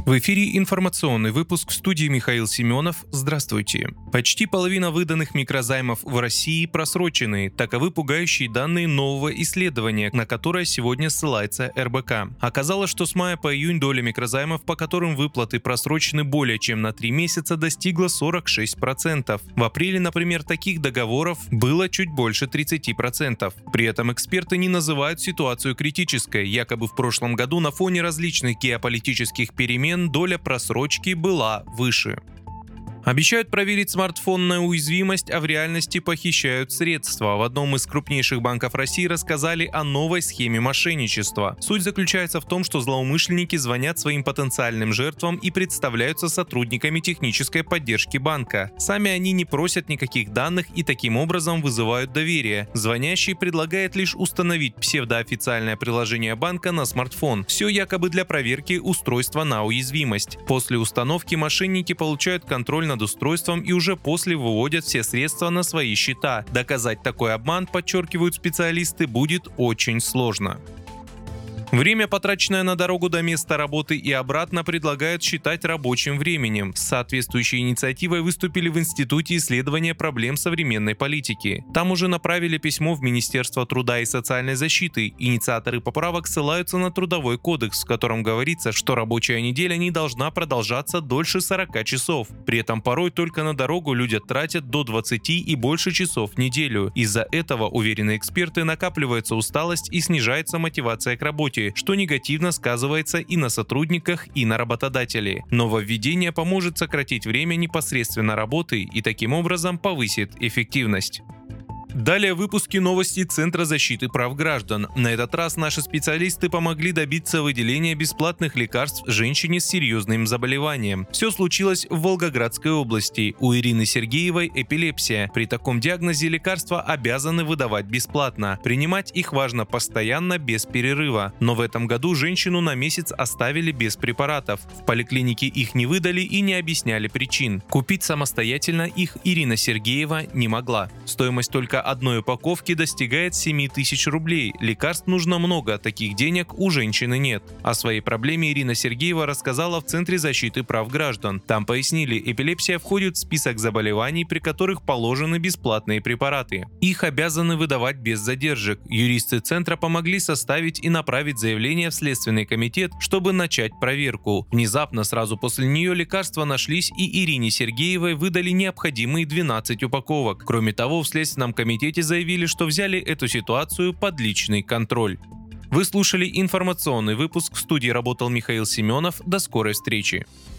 В эфире информационный выпуск, в студии Михаил Семенов. Здравствуйте. Почти половина выданных микрозаймов в России просрочены. Таковы пугающие данные нового исследования, на которое сегодня ссылается РБК. Оказалось, что с мая по июнь доля микрозаймов, по которым выплаты просрочены более чем на 3 месяца, достигла 46%. В апреле, например, таких договоров было чуть больше 30%. При этом эксперты не называют ситуацию критической. Якобы в прошлом году на фоне различных геополитических перемен доля просрочки была выше. Обещают проверить смартфон на уязвимость, а в реальности похищают средства. В одном из крупнейших банков России рассказали о новой схеме мошенничества. Суть заключается в том, что злоумышленники звонят своим потенциальным жертвам и представляются сотрудниками технической поддержки банка. Сами они не просят никаких данных и таким образом вызывают доверие. Звонящий предлагает лишь установить псевдоофициальное приложение банка на смартфон. Все якобы для проверки устройства на уязвимость. После установки мошенники получают контроль над устройством и уже после выводят все средства на свои счета. Доказать такой обман, подчеркивают специалисты, будет очень сложно. Время, потраченное на дорогу до места работы и обратно, предлагают считать рабочим временем. С соответствующей инициативой выступили в Институте исследования проблем современной политики. Там уже направили письмо в Министерство труда и социальной защиты. Инициаторы поправок ссылаются на Трудовой кодекс, в котором говорится, что рабочая неделя не должна продолжаться дольше 40 часов. При этом порой только на дорогу люди тратят до 20 и больше часов в неделю. Из-за этого, уверены эксперты, накапливается усталость и снижается мотивация к работе, что негативно сказывается и на сотрудниках, и на работодателе. Нововведение поможет сократить время непосредственно работы и таким образом повысит эффективность. Далее в выпуске новости Центра защиты прав граждан. На этот раз наши специалисты помогли добиться выделения бесплатных лекарств женщине с серьезным заболеванием. Все случилось в Волгоградской области. У Ирины Сергеевой эпилепсия. При таком диагнозе лекарства обязаны выдавать бесплатно. Принимать их важно постоянно, без перерыва. Но в этом году женщину на месяц оставили без препаратов. В поликлинике их не выдали и не объясняли причин. Купить самостоятельно их Ирина Сергеева не могла. Стоимость только одной упаковки достигает 7000 рублей. Лекарств нужно много, таких денег у женщины нет. О своей проблеме Ирина Сергеева рассказала в Центре защиты прав граждан. Там пояснили, эпилепсия входит в список заболеваний, при которых положены бесплатные препараты. Их обязаны выдавать без задержек. Юристы Центра помогли составить и направить заявление в Следственный комитет, чтобы начать проверку. Внезапно сразу после нее лекарства нашлись, и Ирине Сергеевой выдали необходимые 12 упаковок. Кроме того, в Следственном комитете заявили, что взяли эту ситуацию под личный контроль. Вы слушали информационный выпуск. В студии работал Михаил Семенов. До скорой встречи.